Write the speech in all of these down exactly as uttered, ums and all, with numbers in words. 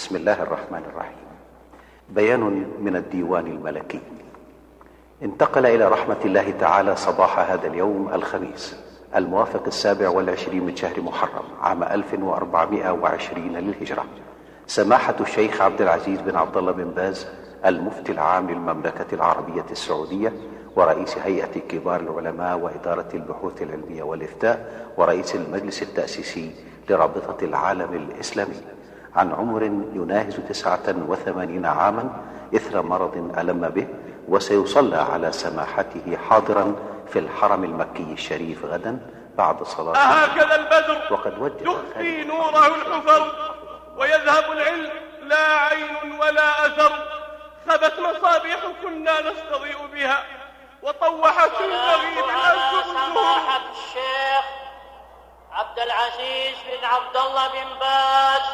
بسم الله الرحمن الرحيم. بيان من الديوان الملكي. انتقل إلى رحمة الله تعالى صباح هذا اليوم الخميس الموافق السابع والعشرين من شهر محرم عام ألف وأربعمائة وعشرين للهجرة سماحة الشيخ عبد العزيز بن عبد الله بن باز المفتي العام للمملكة العربية السعودية ورئيس هيئة كبار العلماء وإدارة البحوث العلمية والإفتاء ورئيس المجلس التأسيسي لرابطة العالم الإسلامي عن عمر يناهز تسعة وثمانين عاما إثر مرض ألم به، وسيصلى على سماحته حاضرا في الحرم المكي الشريف غدا بعد صلاة. أهكذا البدر وقد وجه يخفي نوره الحفر ويذهب العلم لا عين ولا أثر. خبت مصابيح كنا نستضيء بها وطوحت المغيب الأسر. سماحة الشيخ عبد العزيز بن عبد الله بن باز.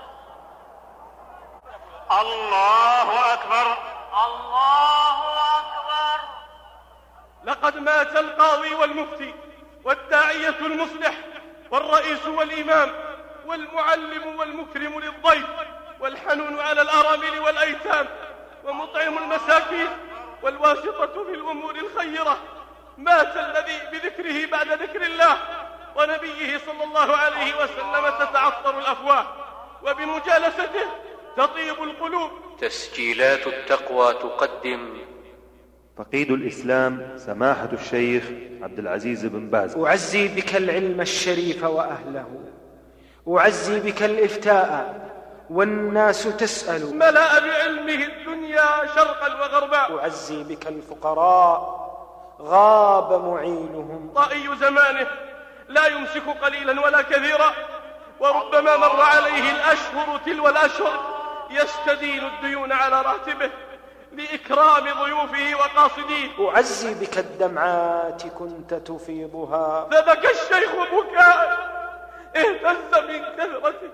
الله أكبر الله أكبر. لقد مات القاضي والمفتي والداعية المصلح والرئيس والإمام والمعلم والمكرم للضيف والحنون على الأرامل والأيتام ومطعم المساكين والواسطة في الأمور الخيرة. مات الذي بذكره بعد ذكر الله ونبيه صلى الله عليه وسلم تتعطر الأفواه وبمجالسته تطيب القلوب. تسجيلات التقوى تقدم فقيد الإسلام سماحة الشيخ عبد العزيز بن باز. أعزي بك العلم الشريف وأهله، أعزي بك الإفتاء والناس تسأل، ملأ بعلمه الدنيا شرقا وغربا. أعزي بك الفقراء غاب معينهم. طائي زمانه لا يمسك قليلا ولا كثيرا، وربما مر عليه الأشهر تلو الأشهر يستدين الديون على راتبه لإكرام ضيوفه وقاصديه. أعزي بك الدمعات كنت تفيضها، فبكى الشيخ بكاء اهتز من كثرته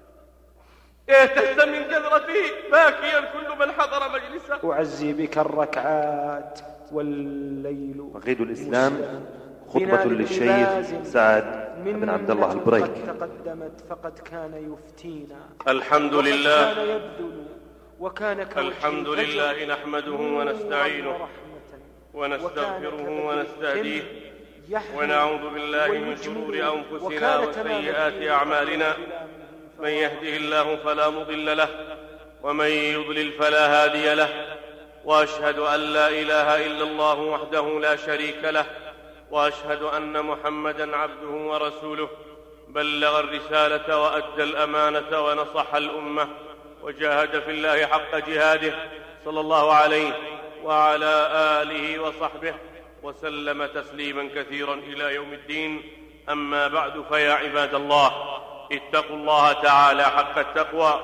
اهتز من كثرته باكيا كل من حضر مجلسه. أعزي بك الركعات والليل. فقيد الإسلام خطبة للشيخ سعد بن عبد الله البريك. قد تقدمت فقد كان يفتينا. الحمد لله كان يبذل وكان الحمد لله نحمده ونستعينه ونستغفره ونستهديه ونعوذ بالله من شرور أنفسنا وسيئات أعمالنا. من يهده الله فلا مضل له ومن يضلل فلا هادي له، وأشهد أن لا إله إلا الله وحده لا شريك له، وأشهد أن محمدا عبده ورسوله. بلغ الرسالة وأدى الأمانة ونصح الأمة وجاهد في الله حق جهاده صلى الله عليه وعلى آله وصحبه وسلم تسليما كثيرا إلى يوم الدين. أما بعد، فيا عباد الله، اتقوا الله تعالى حق التقوى.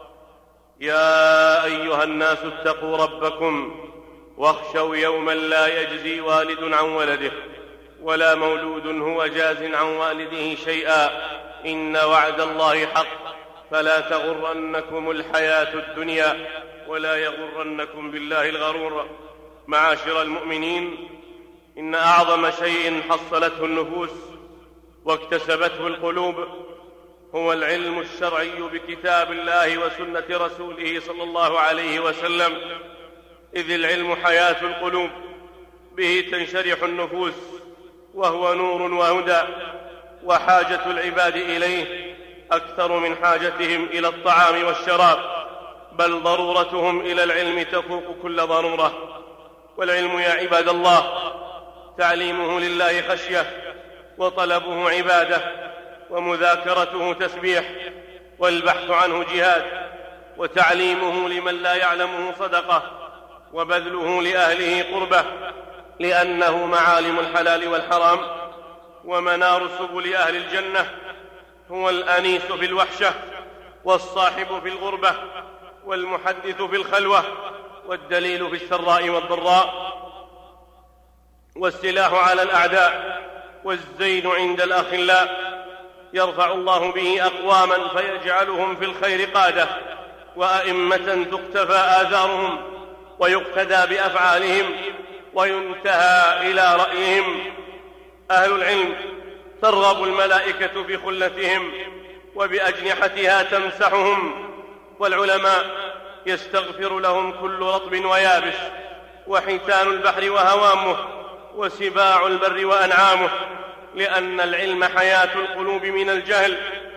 يا أيها الناس اتقوا ربكم واخشوا يوما لا يجزي والد عن ولده ولا مولود هو جاز عن والده شيئا. إن وعد الله حق فلا تغرنكم الحياة الدنيا ولا يغرنكم بالله الغرور. معاشر المؤمنين، إن أعظم شيء حصلته النفوس واكتسبته القلوب هو العلم الشرعي بكتاب الله وسنة رسوله صلى الله عليه وسلم، إذ العلم حياة القلوب، به تنشرح النفوس وهو نور وهدى، وحاجة العباد إليه أكثر من حاجتهم إلى الطعام والشراب، بل ضرورتهم إلى العلم تفوق كل ضرورة. والعلم يا عباد الله تعليمه لله خشية، وطلبه عبادة، ومذاكرته تسبيح، والبحث عنه جهاد، وتعليمه لمن لا يعلمه صدقة، وبذله لأهله قربة، لأنه معالم الحلال والحرام ومنار سبل أهل الجنة. هو الأنيس في الوحشة والصاحب في الغربة والمحدث في الخلوة والدليل في السراء والضراء والسلاح على الأعداء والزين عند الأخلاء. يرفع الله به أقواما فيجعلهم في الخير قادة، وأئمة تقتفى آثارهم ويقتدى بأفعالهم وينتهى إلى رأيهم. أهل العلم ترغب الملائكة في خلتهم وبأجنحتها تمسحهم والعلماء يستغفر لهم كل رطب ويابس، وحيتان البحر وهوامه، وسباع البر وأنعامه، لأن العلم حياة القلوب من الجهل،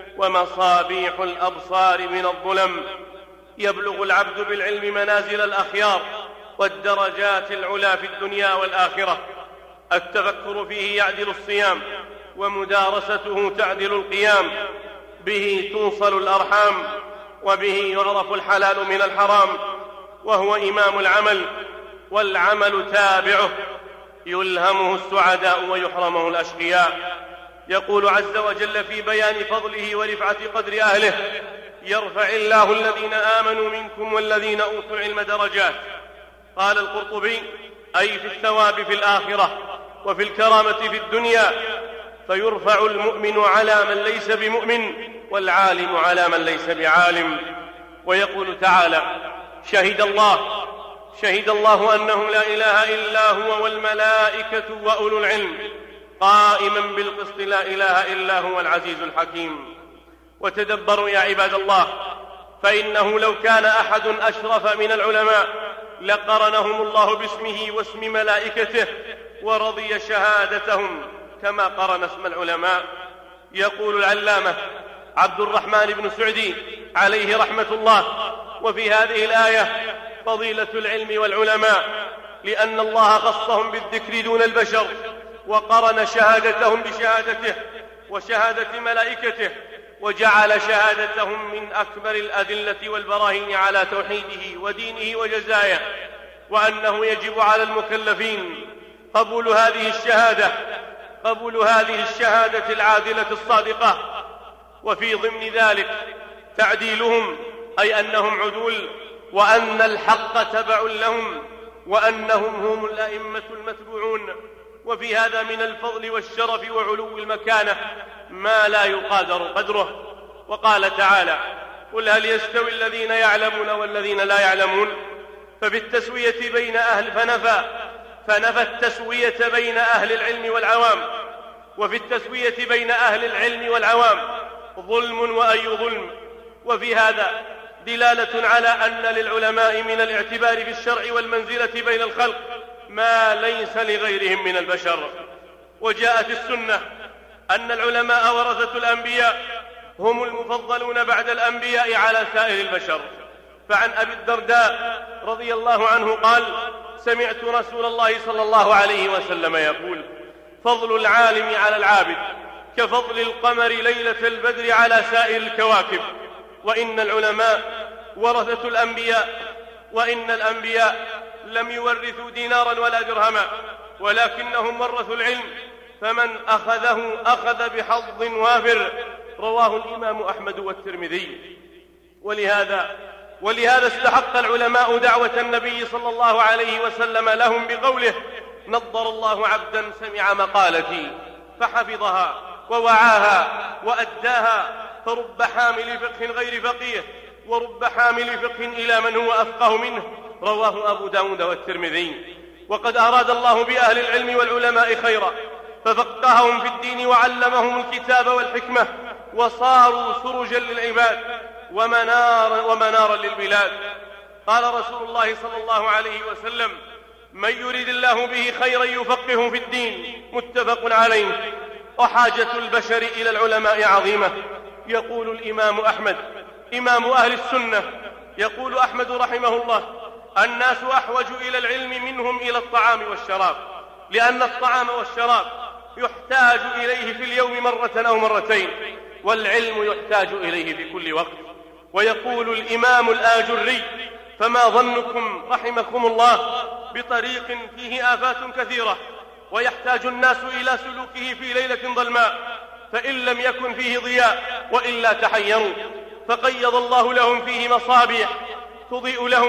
ومصابيح الأبصار من الظلم. يبلغ العبد بالعلم منازل الأخيار والدرجات العلى في الدنيا والآخرة. التفكر فيه يعدل الصيام، ومدارسته تعدل القيام. به توصل الأرحام، وبه يعرف الحلال من الحرام، وهو إمام العمل، والعمل تابعه، يلهمه السعداء ويحرمه الأشقياء. يقول عز وجل في بيان فضله ورفعة قدر أهله: يرفع الله الذين آمنوا منكم والذين أوتوا العلم درجات. قال القرطبي: أي في الثواب في الآخرة وفي الكرامة في الدنيا، فيرفع المؤمن على من ليس بمؤمن، والعالم على من ليس بعالم. ويقول تعالى: شهد الله شهد الله أنه لا إله إلا هو والملائكة وأولو العلم قائما بالقسط لا إله إلا هو العزيز الحكيم. وتدبروا يا عباد الله، فإنه لو كان أحد أشرف من العلماء لقرنهم الله باسمه واسم ملائكته، ورضي شهادتهم كما قرن اسم العلماء. يقول العلامة عبد الرحمن بن سعدي عليه رحمة الله: وفي هذه الآية فضيلة العلم والعلماء، لأن الله خصهم بالذكر دون البشر، وقرن شهادتهم بشهادته وشهادة ملائكته، وجعل شهادتهم من أكبر الأدلة والبراهين على توحيده ودينه وجزايه، وأنه يجب على المكلفين قبول هذه الشهادة قبول هذه الشهادة العادلة الصادقة. وفي ضمن ذلك تعديلهم، أي أنهم عدول، وأن الحق تبع لهم، وأنهم هم الأئمة المتبوعون. وفي هذا من الفضل والشرف وعلو المكانة ما لا يقادر قدره. وقال تعالى: قل هل يستوي الذين يعلمون والذين لا يعلمون؟ فبالتسوية بين أهل فنفى فنفى التسوية بين أهل العلم والعوام. وفي التسوية بين أهل العلم والعوام ظلم وأي ظلم. وفي هذا دلالة على أن للعلماء من الاعتبار في الشرع والمنزلة بين الخلق ما ليس لغيرهم من البشر. وجاءت السنة أن العلماء ورثة الأنبياء، هم المفضلون بعد الأنبياء على سائر البشر. فعن أبي الدرداء رضي الله عنه قال: سمعت رسول الله صلى الله عليه وسلم يقول: فضل العالم على العابد كفضل القمر ليلة البدر على سائر الكواكب. وإن العلماء ورثة الأنبياء، وإن الأنبياء لم يورثوا دينارا ولا درهما، ولكنهم ورثوا العلم، فمن أخذه أخذ بحظ وافر. رواه الإمام أحمد والترمذي. ولهذا ولهذا استحق العلماء دعوة النبي صلى الله عليه وسلم لهم بقوله: نضر الله عبدا سمع مقالتي فحفظها ووعاها وأداها، فرب حامل فقه غير فقيه، ورب حامل فقه إلى من هو أفقه منه. رواه أبو داود والترمذي. وقد أراد الله بأهل العلم والعلماء خيرا، ففقههم في الدين وعلمهم الكتاب والحكمة، وصاروا سرجا للعباد ومنارا, ومنارا للبلاد. قال رسول الله صلى الله عليه وسلم: من يريد الله به خيرا يفقهه في الدين. متفق عليه. وحاجة البشر إلى العلماء عظيمة. يقول الإمام أحمد إمام أهل السنة، يقول أحمد رحمه الله: الناس أحوج إلى العلم منهم إلى الطعام والشراب، لأن الطعام والشراب يحتاج إليه في اليوم مرة أو مرتين، والعلم يحتاج إليه في كل وقت. ويقول الإمام الآجري: فما ظنكم رحمكم الله بطريق فيه آفات كثيرة، ويحتاج الناس إلى سلوكه في ليلة ظلماء، فإن لم يكن فيه ضياء وإلا تحيروا، فقيض الله لهم فيه مصابيح تضيء لهم،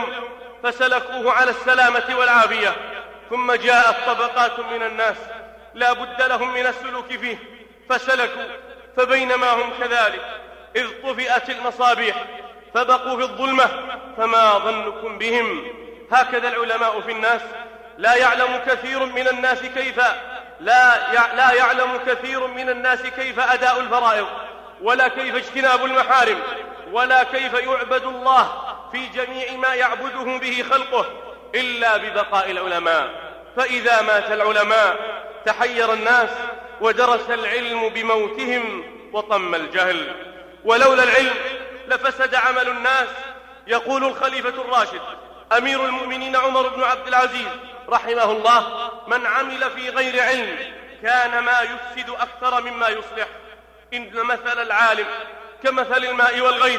فسلكوه على السلامة والعافية. ثم جاءت طبقات من الناس لا بد لهم من السلوك فيه، فسلكوا، فبينما هم كذلك إذ طفئت المصابيح فبقوا في الظلمة، فما ظنكم بهم؟ هكذا العلماء في الناس. لا يعلم كثير من الناس كيف لا لا يعلم كثير من الناس كيف أداء الفرائض، ولا كيف اجتناب المحارم، ولا كيف يعبد الله في جميع ما يعبده به خلقه إلا ببقاء العلماء. فإذا مات العلماء تحير الناس ودرس العلم بموتهم وطم الجهل، ولولا العلم لفسد عمل الناس. يقول الخليفة الراشد أمير المؤمنين عمر بن عبد العزيز رحمه الله: من عمل في غير علم كان ما يفسد أكثر مما يصلح. إن مثل العالم كمثل الماء والغيث،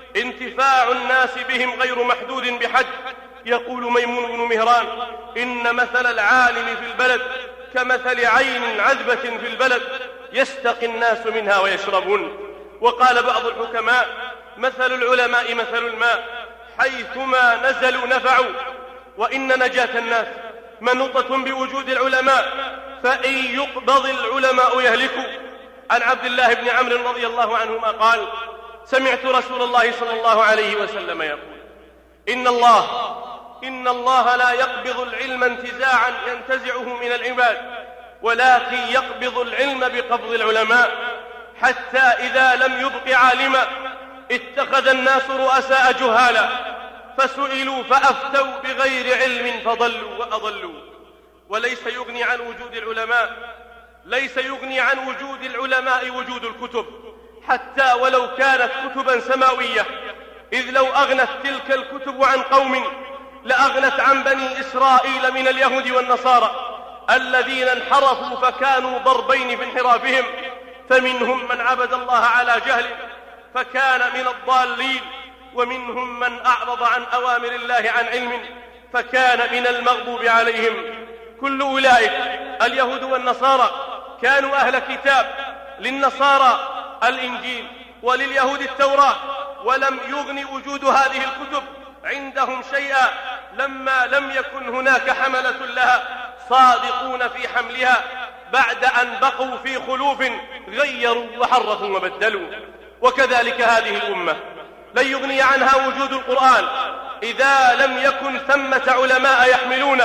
انتفاع الناس بهم غير محدود بحد. يقول ميمون بن مهران: إن مثل العالم في البلد كمثل عين عذبة في البلد يستقي الناس منها ويشربون. وقال بعض الحكماء: مثل العلماء مثل الماء، حيثما نزلوا نفعوا. وإن نجاة الناس منوطة بوجود العلماء، فإن يقبض العلماء يهلكوا. عن عبد الله بن عمرو رضي الله عنهما قال: سمعت رسول الله صلى الله عليه وسلم يقول: إن الله إن الله لا يقبض العلم انتزاعا ينتزعه من العباد، ولكن يقبض العلم بقبض العلماء، حتى إذا لم يبق عالما اتخذ الناس رؤساء جهالا، فسئلوا فأفتوا بغير علم فضلوا وأضلوا. وليس يغني عن وجود العلماء ليس يغني عن وجود العلماء وجود الكتب، حتى ولو كانت كتبا سماوية، إذ لو أغنت تلك الكتب عن قوم لأغنت عن بني إسرائيل من اليهود والنصارى الذين انحرفوا فكانوا ضربين في انحرافهم، فمنهم من عبد الله على جهل فكان من الضالين، ومنهم من أعرض عن أوامر الله عن علم فكان من المغضوب عليهم. كل أولئك اليهود والنصارى كانوا أهل كتاب، للنصارى الإنجيل ولليهود التوراة، ولم يغن وجود هذه الكتب عندهم شيئا لما لم يكن هناك حملة لها صادقون في حملها، بعد أن بقوا في خلوف غيروا وحرفوا وبدلوا. وكذلك هذه الأمة لن يغني عنها وجود القرآن إذا لم يكن ثمة علماء يحملونه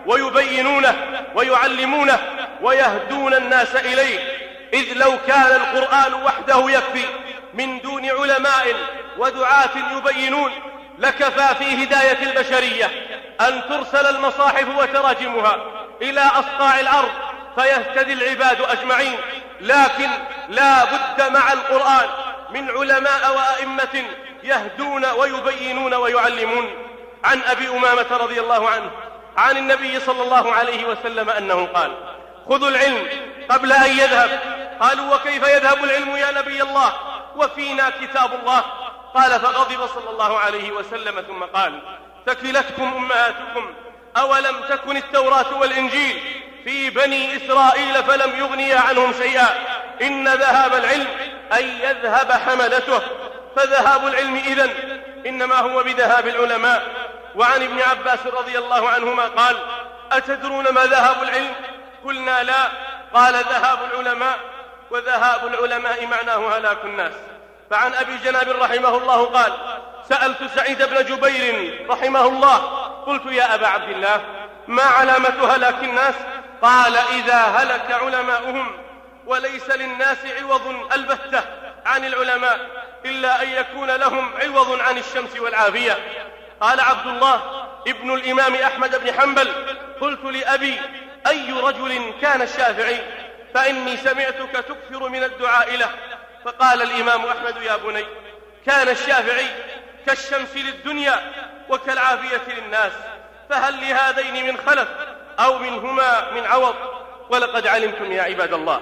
ويبينونه ويعلمونه ويهدون الناس إليه، إذ لو كان القرآن وحده يكفي من دون علماء ودعاة يبينون لكفى في هداية البشرية أن ترسل المصاحف وتراجمها إلى أصقاع الأرض فيهتدي العباد أجمعين. لكن لا بد مع القرآن من علماء وأئمة يهدون ويبينون ويعلمون. عن أبي أمامة رضي الله عنه عن النبي صلى الله عليه وسلم أنه قال: خذوا العلم قبل أن يذهب. قالوا: وكيف يذهب العلم يا نبي الله وفينا كتاب الله؟ قال: فغضب صلى الله عليه وسلم ثم قال: ثكلتكم أمهاتكم، أولم تكن التوراة والإنجيل في بني إسرائيل فلم يغنيا عنهم شيئا، إن ذهاب العلم أن يذهب حملته، فذهاب العلم إذن إنما هو بذهاب العلماء. وعن ابن عباس رضي الله عنهما قال: أتدرون ما ذهاب العلم؟ قلنا: لا. قال: ذهاب العلماء، وذهاب العلماء معناه هلاك الناس. فعن أبي جناب رحمه الله قال: سألت سعيد بن جبير رحمه الله قلت: يا أبا عبد الله، ما علامة هلاك الناس؟ قال: إذا هلك علماؤهم وليس للناس عوض البتة عن العلماء إلا أن يكون لهم عوض عن الشمس والعافية. قال عبد الله ابن الإمام أحمد بن حنبل: قلت لأبي: أي رجل كان الشافعي؟ فإني سمعتك تكثر من الدعاء له. فقال الإمام أحمد: يا بني، كان الشافعي كالشمس للدنيا وكالعافية للناس، فهل لهذين من خلف أو منهما من عوض؟ ولقد علمتم يا عباد الله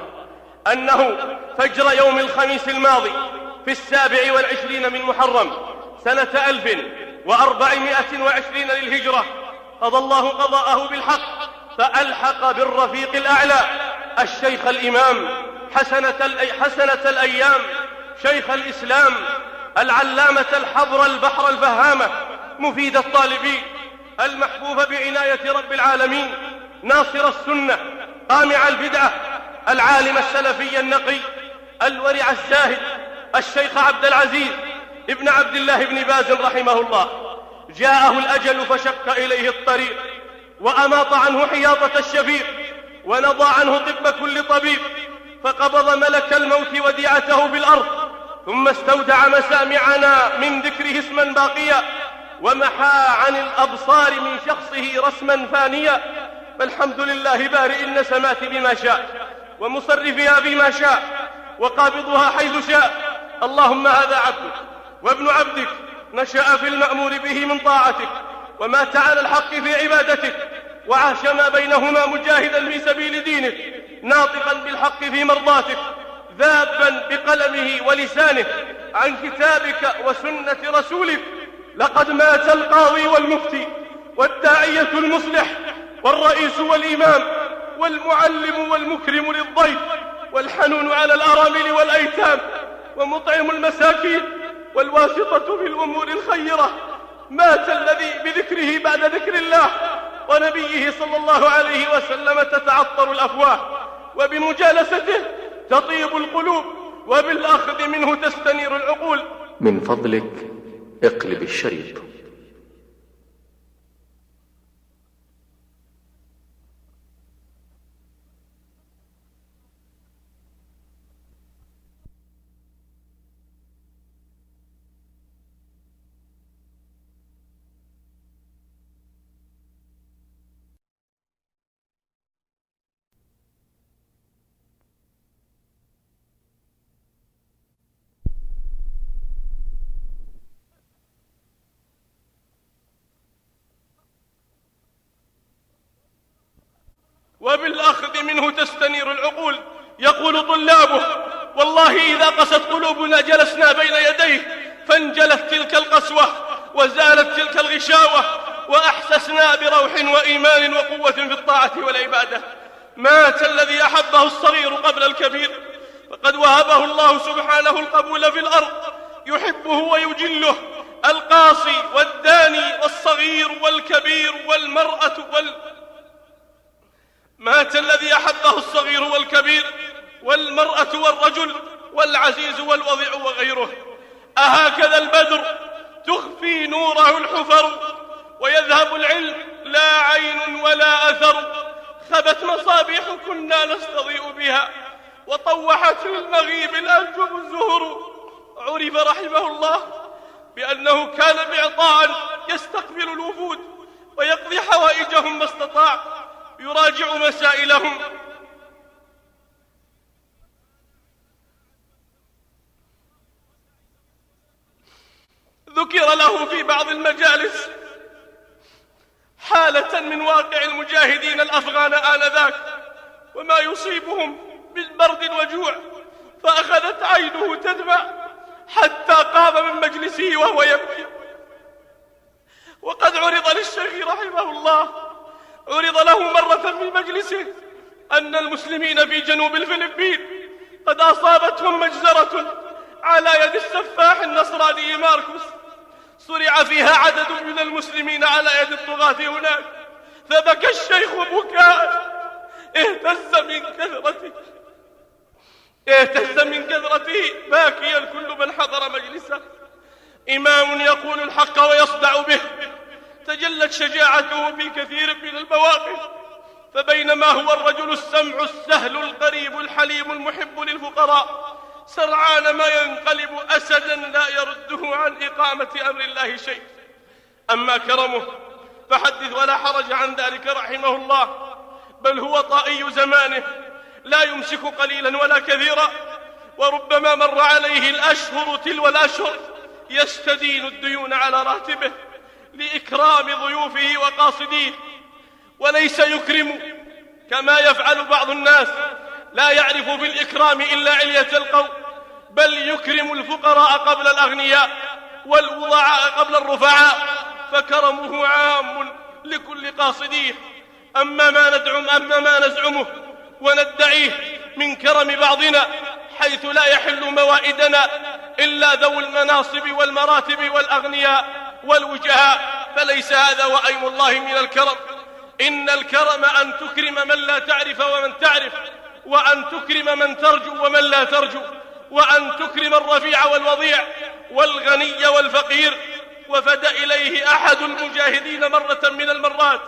أنه فجر يوم الخميس الماضي في السابع والعشرين من محرم سنة ألف وأربعمائة وعشرين للهجرة قضى الله قضاءه بالحق، فألحق بالرفيق الأعلى الشيخ الإمام حسنة, حسنة الأيام شيخ الإسلام العلامة الحبر البحر الفهامة مفيد الطالبين المحبوب بعناية رب العالمين ناصر السنة قامع البدعة العالم السلفي النقي الورع الزاهد الشيخ عبد العزيز ابن عبد الله بن باز رحمه الله. جاءه الأجل فشق إليه الطريق وأماط عنه حياطة الشفيق ونضى عنه طب كل طبيب، فقبض ملك الموت وديعته بالأرض ثم استودع مسامعنا من ذكره اسما باقيا، ومحى عن الأبصار من شخصه رسما فانيا. فالحمد لله بارئ النسمات بما شاء، ومصرفها بما شاء، وقابضها حيث شاء. اللهم هذا عبدك وابن عبدك، نشأ في المأمور به من طاعتك، ومات على الحق في عبادتك، وعاش ما بينهما مجاهدا في سبيل دينك، ناطقا بالحق في مرضاتك، ذابا بقلمه ولسانه عن كتابك وسنة رسولك. لقد مات القاضي والمفتي والداعية المصلح والرئيس والإمام والمعلم والمكرم للضيف والحنون على الأرامل والأيتام ومطعم المساكين والواسطة في الأمور الخيرة. مات الذي بذكره بعد ذكر الله ونبيه صلى الله عليه وسلم تتعطر الأفواه، وبمجالسته تطيب القلوب، وبالأخذ منه تستنير العقول. من فضلك اقلب الشريط. وبالأخذ منه تستنير العقول. يقول طلابه: والله إذا قست قلوبنا جلسنا بين يديه، فانجلت تلك القسوة وزالت تلك الغشاوة، وأحسسنا بروح وإيمان وقوة في الطاعة والعبادة. مات الذي أحبه الصغير قبل الكبير، فقد وهبه الله سبحانه القبول في الأرض، يحبه ويجله، القاصي والداني والصغير والكبير والمرأة وال مات الذي أحبه الصغير والكبير والمرأة والرجل والعزيز والوضيع وغيره. أهكذا البدر تخفي نوره الحفر، ويذهب العلم لا عين ولا أثر. خبت مصابيح كنا نستضيء بها، وطوحت للمغيب الأنجم الزهر. عرف رحمه الله بأنه كان بإعطاء يستقبل الوفود ويقضي حوائجهم ما استطاع، يراجع مسائلهم. ذكر له في بعض المجالس حالة من واقع المجاهدين الأفغان آنذاك وما يصيبهم من برد وجوع، فأخذت عينه تدمع حتى قام من مجلسه وهو يبكي. وقد عرض للشيخ رحمه الله عرض له مرة في مجلسه أن المسلمين في جنوب الفلبين قد أصابتهم مجزرة على يد السفاح النصراني ماركوس، صرع فيها عدد من المسلمين على يد الطغاة هناك. فبكى الشيخ بكاء اهتز من كثرته اهتز من كثرته باكيا كل من حضر مجلسه. إمام يقول الحق ويصدع به، تجلت شجاعته في كثير من المواقف. فبينما هو الرجل السمع السهل القريب الحليم المحب للفقراء سرعان ما ينقلب أسدا لا يرده عن إقامة أمر الله شيء. أما كرمه فحدث ولا حرج عن ذلك رحمه الله، بل هو طائي زمانه لا يمسك قليلا ولا كثيرا، وربما مر عليه الأشهر تلو الأشهر يستدين الديون على راتبه لإكرام ضيوفه وقاصديه، وليس يكرم كما يفعل بعض الناس، لا يعرف بالإكرام إلا علية القوم، بل يكرم الفقراء قبل الأغنياء والوضعاء قبل الرفعاء، فكرمه عام لكل قاصديه. أما ما ندعم أما ما نزعمه وندعيه من كرم بعضنا حيث لا يحل موائدنا إلا ذو المناصب والمراتب والأغنياء والوجهاء، فليس هذا وأيم الله من الكرم. إن الكرم أن تكرم من لا تعرف ومن تعرف، وأن تكرم من ترجو ومن لا ترجو، وأن تكرم الرفيع والوضيع والغني والفقير. وفد إليه أحد المجاهدين مرة من المرات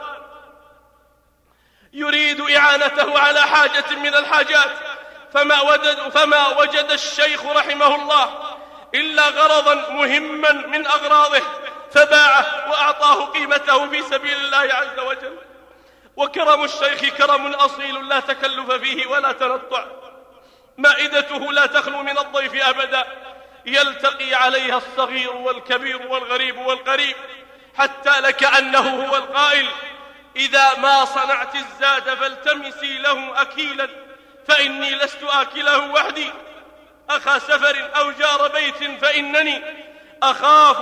يريد إعانته على حاجة من الحاجات، فما وجد, فما وجد الشيخ رحمه الله إلا غرضا مهما من أغراضه فباعه وأعطاه قيمته في سبيل الله عز وجل. وكرم الشيخ كرم أصيل لا تكلف فيه ولا تنطع، مائدته لا تخلو من الضيف أبدا، يلتقي عليها الصغير والكبير والغريب والقريب، حتى لكأنه هو القائل: إذا ما صنعت الزاد فالتمسي له أكيلا فإني لست آكله وحدي، أخا سفر أو جار بيت فإنني أخاف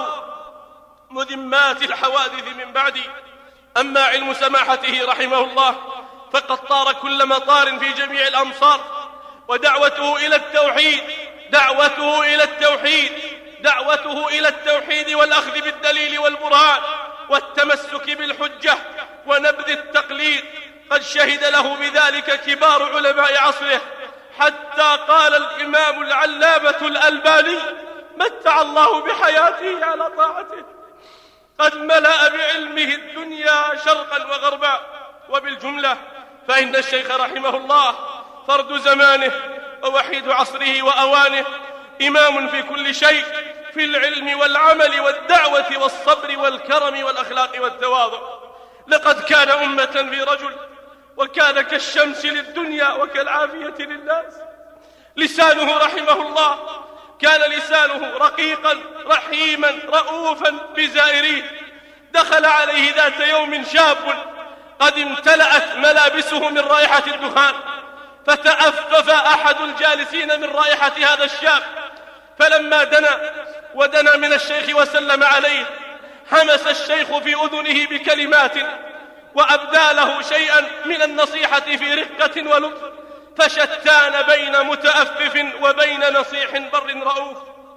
مذمات الحوادث من بعدي. أما علم سماحته رحمه الله فقد طار كل مطار في جميع الأمصار، ودعوته إلى التوحيد دعوته إلى التوحيد دعوته إلى التوحيد والأخذ بالدليل والبرهان والتمسك بالحجة ونبذ التقليد قد شهد له بذلك كبار علماء عصره، حتى قال الإمام العلامة الألباني متع الله بحياته على طاعته: قد ملأ بعلمه الدنيا شرقا وغربا. وبالجملة فإن الشيخ رحمه الله فرد زمانه ووحيد عصره وأوانه، إمام في كل شيء، في العلم والعمل والدعوة والصبر والكرم والأخلاق والتواضع. لقد كان أمة في رجل، وكان كالشمس للدنيا وكالعافية للناس. لسانه رحمه الله كان لسانه رقيقا رحيما رؤوفا بزائريه. دخل عليه ذات يوم شاب قد امتلأت ملابسه من رائحة الدخان، فتأفف أحد الجالسين من رائحة هذا الشاب، فلما دنا ودنا من الشيخ وسلم عليه همس الشيخ في أذنه بكلمات وأبدى له شيئا من النصيحة في رقة ولطف، فشتان بين متأفف وبين نصيح بر رؤوف.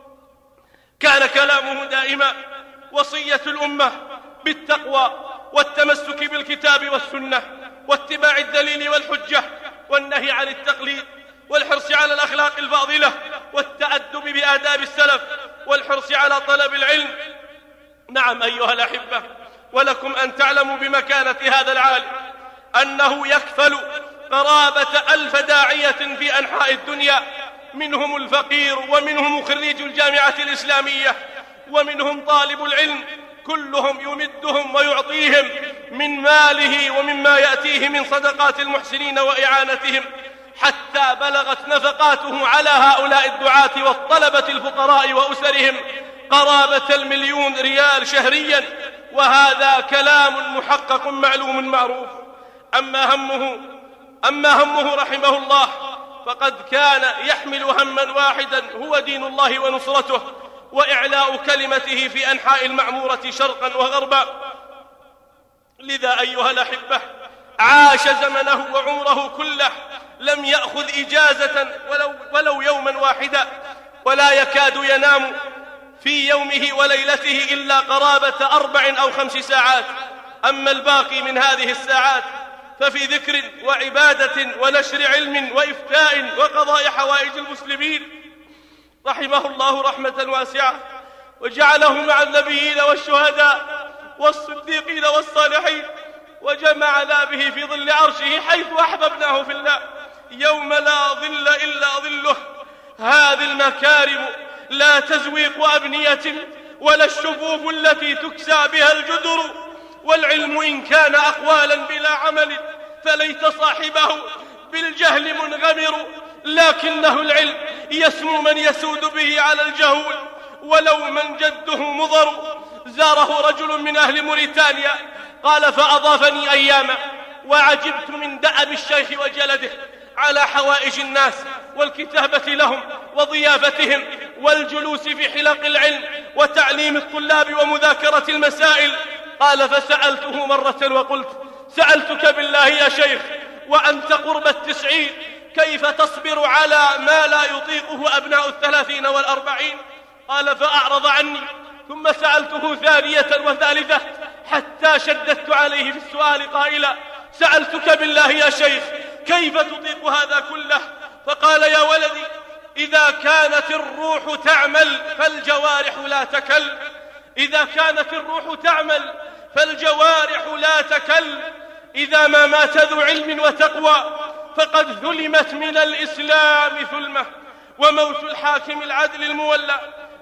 كان كلامه دائما وصية الأمة بالتقوى والتمسك بالكتاب والسنة واتباع الدليل والحجة والنهي عن التقليد والحرص على الأخلاق الفاضلة والتأدب بآداب السلف والحرص على طلب العلم. نعم أيها الأحبة، ولكم أن تعلموا بمكانة هذا العالم أنه يكفل قرابة ألف داعية في أنحاء الدنيا، منهم الفقير ومنهم خريج الجامعة الإسلامية ومنهم طالب العلم، كلهم يمدهم ويعطيهم من ماله ومما يأتيه من صدقات المحسنين وإعانتهم، حتى بلغت نفقاته على هؤلاء الدعاة والطلبة الفقراء وأسرهم قرابة المليون ريال شهريا، وهذا كلام محقق معلوم معروف. أما همه أما همه رحمه الله فقد كان يحمل هما واحدا هو دين الله ونصرته وإعلاء كلمته في أنحاء المعمورة شرقا وغربا. لذا أيها الأحبة عاش زمنه وعمره كله لم يأخذ إجازة ولو, ولو يوما واحدا، ولا يكاد ينام في يومه وليلته إلا قرابة أربع أو خمس ساعات. أما الباقي من هذه الساعات ففي ذكر وعبادة ونشر علم وإفتاء وقضاء حوائج المسلمين. رحمه الله رحمة واسعة، وجعله مع النبيين والشهداء والصديقين والصالحين، وجمعنا به في ظل عرشه حيث أحببناه في الله يوم لا ظل إلا ظله. هذه المكارم لا تزويق أبنية ولا الشفوف التي تكسى بها الجدر، والعلم إن كان أقوالا بلا عمل فليت صاحبه بالجهل منغمر، لكنه العلم يسمو من يسود به على الجهول ولو من جده مضر. زاره رجل من أهل موريتانيا قال: فأضافني أياما وعجبت من دأب الشيخ وجلده على حوائج الناس والكتابة لهم وضيافتهم والجلوس في حلق العلم وتعليم الطلاب ومذاكرة المسائل. قال: فسألته مرة وقلت: سألتك بالله يا شيخ وأنت قرب التسعين كيف تصبر على ما لا يطيقه أبناء الثلاثين والأربعين؟ قال: فأعرض عني، ثم سألته ثانية وثالثة حتى شددت عليه في السؤال قائلا: سألتك بالله يا شيخ كيف تطيق هذا كله؟ فقال: يا ولدي، إذا كانت الروح تعمل فالجوارح لا تكل، إذا كانت الروح تعمل فالجوارح لا تكل. إذا ما مات ذو علم وتقوى فقد ظلمت من الإسلام ثلمة، وموت الحاكم العدل المولى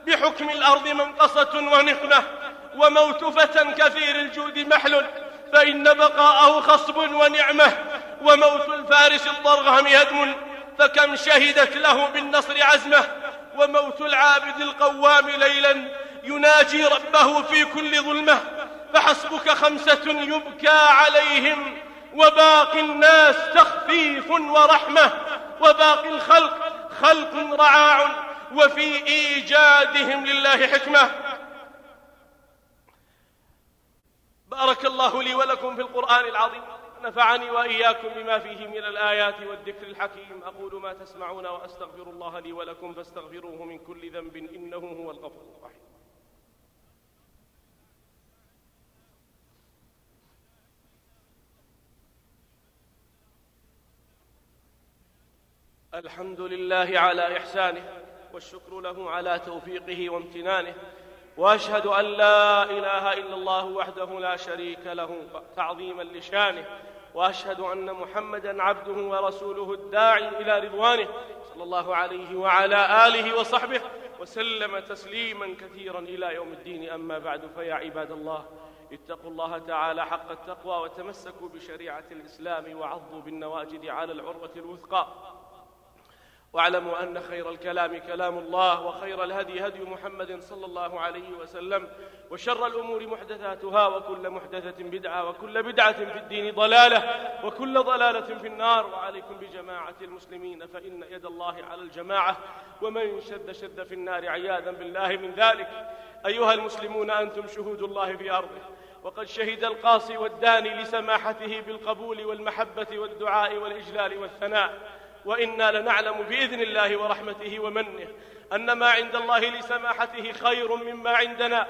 بحكم الأرض منقصة ونقمة، وموت فتى كثير الجود محل، فإن بقاءه خصب ونعمة، وموت الفارس الضرغم هدم، فكم شهدت له بالنصر عزمه، وموت العابد القوام ليلا يناجي ربه في كل ظلمة، فحسبك خمسة يبكى عليهم، وباقي الناس تخفيف ورحمة، وباقي الخلق خلق رعاع، وفي إيجادهم لله حكمة. بارك الله لي ولكم في القرآن العظيم، نفعني وإياكم بما فيه من الآيات والذكر الحكيم. أقول ما تسمعون وأستغفر الله لي ولكم فاستغفروه من كل ذنب إنه هو الغفور الرحيم. الحمد لله على إحسانه، والشكر له على توفيقه وامتنانه، وأشهد أن لا إله إلا الله وحده لا شريك له تعظيما لشانه، وأشهد أن محمدًا عبده ورسوله الداعي إلى رضوانه، صلى الله عليه وعلى آله وصحبه وسلم تسليما كثيرا إلى يوم الدين. أما بعد، فيا عباد الله، اتقوا الله تعالى حق التقوى، وتمسكوا بشريعة الإسلام، وعضوا بالنواجذ على العروة الوثقى، واعلموا أن خير الكلام كلام الله، وخير الهدي هدي محمد صلى الله عليه وسلم، وشر الأمور محدثاتها، وكل محدثة بدعة، وكل بدعة في الدين ضلالة، وكل ضلالة في النار. وعليكم بجماعة المسلمين، فإن يد الله على الجماعة، ومن شد شد في النار، عياذا بالله من ذلك. أيها المسلمون، أنتم شهود الله في أرضه، وقد شهد القاصي والداني لسماحته بالقبول والمحبة والدعاء والإجلال والثناء، وإنا لنعلم بإذن الله ورحمته ومنه أن ما عند الله لسماحته خير مما عندنا،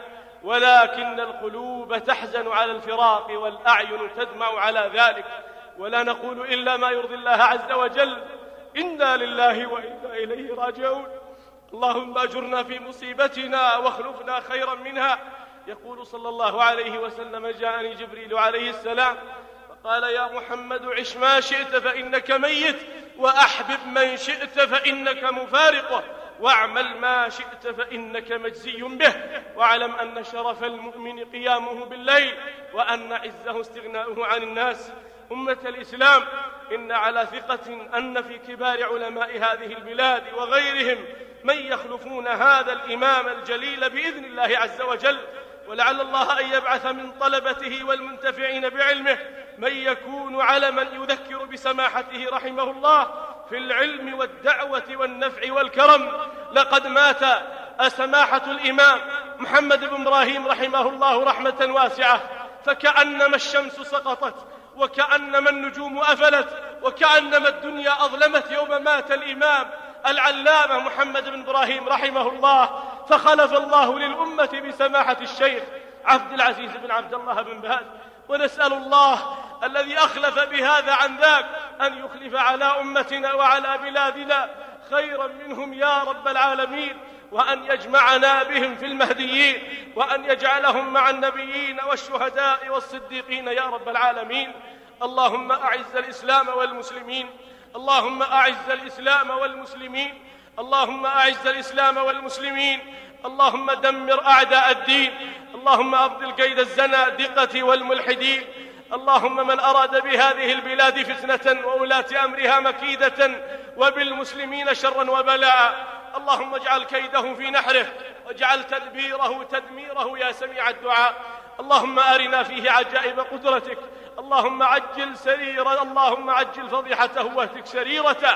ولكن القلوب تحزن على الفراق، والأعين تدمع على ذلك، ولا نقول إلا ما يرضي الله عز وجل. إنا لله وإنا إليه راجعون. اللهم أجرنا في مصيبتنا واخلفنا خيرا منها. يقول صلى الله عليه وسلم: جاءني جبريل عليه السلام فقال: يا محمد، عش ما شئت فإنك ميت، وأحبب من شئت فإنك مفارقه، واعمل ما شئت فإنك مجزي به، واعلم أن شرف المؤمن قيامه بالليل، وأن عزه استغناؤه عن الناس. أمة الإسلام، إن على ثقة أن في كبار علماء هذه البلاد وغيرهم من يخلفون هذا الإمام الجليل بإذن الله عز وجل، ولعل الله أن يبعث من طلبته والمنتفعين بعلمه من يكون علما يذكر بسماحته رحمه الله في العلم والدعوة والنفع والكرم. لقد مات سماحة الإمام محمد بن إبراهيم رحمه الله رحمة واسعة، فكأنما الشمس سقطت، وكأنما النجوم أفلت، وكأنما الدنيا أظلمت يوم مات الإمام العلامة محمد بن إبراهيم رحمه الله. فخلف الله للأمة بسماحة الشيخ عبد العزيز بن عبد الله بن باز، ونسأل الله الذي أخلف بهذا عن ذاك أن يخلف على أمتنا وعلى بلادنا خيرا منهم يا رب العالمين، وأن يجمعنا بهم في المهديين، وأن يجعلهم مع النبيين والشهداء والصديقين يا رب العالمين. اللهم أعز الإسلام والمسلمين، اللهم أعز الإسلام والمسلمين، اللهم أعز الإسلام والمسلمين، اللهم دمر أعداء الدين، اللهم أبطل كيد الزنادقة والملحدين، اللهم من أراد بهذه البلاد فتنة وولاة أمرها مكيدة وبالمسلمين شرا وبلاء، اللهم اجعل كيده في نحره، واجعل تدبيره تدميره يا سميع الدعاء. اللهم أرنا فيه عجائب قدرتك، اللهم عجل سريرا، اللهم عجل فضيحته واهتك سريرته.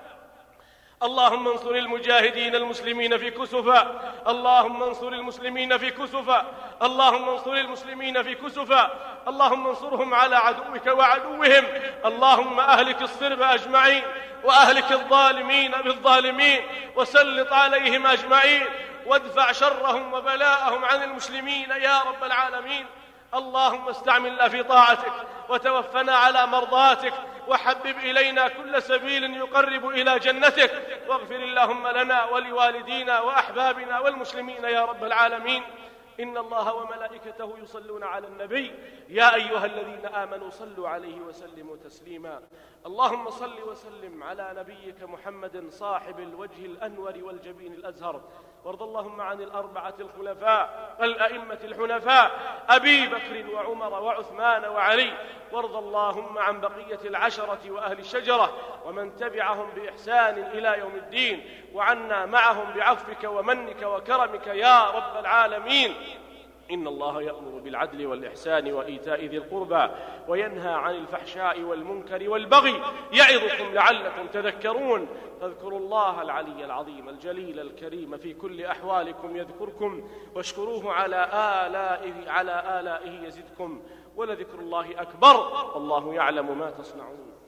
اللهم انصر المجاهدين المسلمين في كسفا، اللهم انصر المسلمين في كسفا، اللهم انصر المسلمين في كسفا، اللهم انصرهم على عدوك وعدوهم. اللهم أهلك الصرب أجمعين، وأهلك الظالمين بالظالمين، وسلط عليهم أجمعين، وادفع شرهم وبلاءهم عن المسلمين يا رب العالمين. اللهم استعملنا في طاعتك، وتوفنا على مرضاتك، وحبب إلينا كل سبيل يقرب إلى جنتك، واغفر اللهم لنا ولوالدينا وأحبابنا والمسلمين يا رب العالمين. إن الله وملائكته يصلون على النبي، يا أيها الذين آمنوا صلوا عليه وسلموا تسليما. اللهم صل وسلم على نبيك محمد صاحب الوجه الأنور والجبين الأزهر، وارض اللهم عن الأربعة الخلفاء الأئمة الحنفاء أبي بكر وعمر وعثمان وعلي، وارض اللهم عن بقية العشرة وأهل الشجرة ومن تبعهم بإحسان إلى يوم الدين، وعنا معهم بعفوك ومنك وكرمك يا رب العالمين. إن الله يأمر بالعدل والإحسان وإيتاء ذي القربى وينهى عن الفحشاء والمنكر والبغي يعظكم لعلكم تذكرون. فاذكروا الله العلي العظيم الجليل الكريم في كل أحوالكم يذكركم، واشكروه على آلائه على آلائه يزدكم، ولذكر الله أكبر والله يعلم ما تصنعون.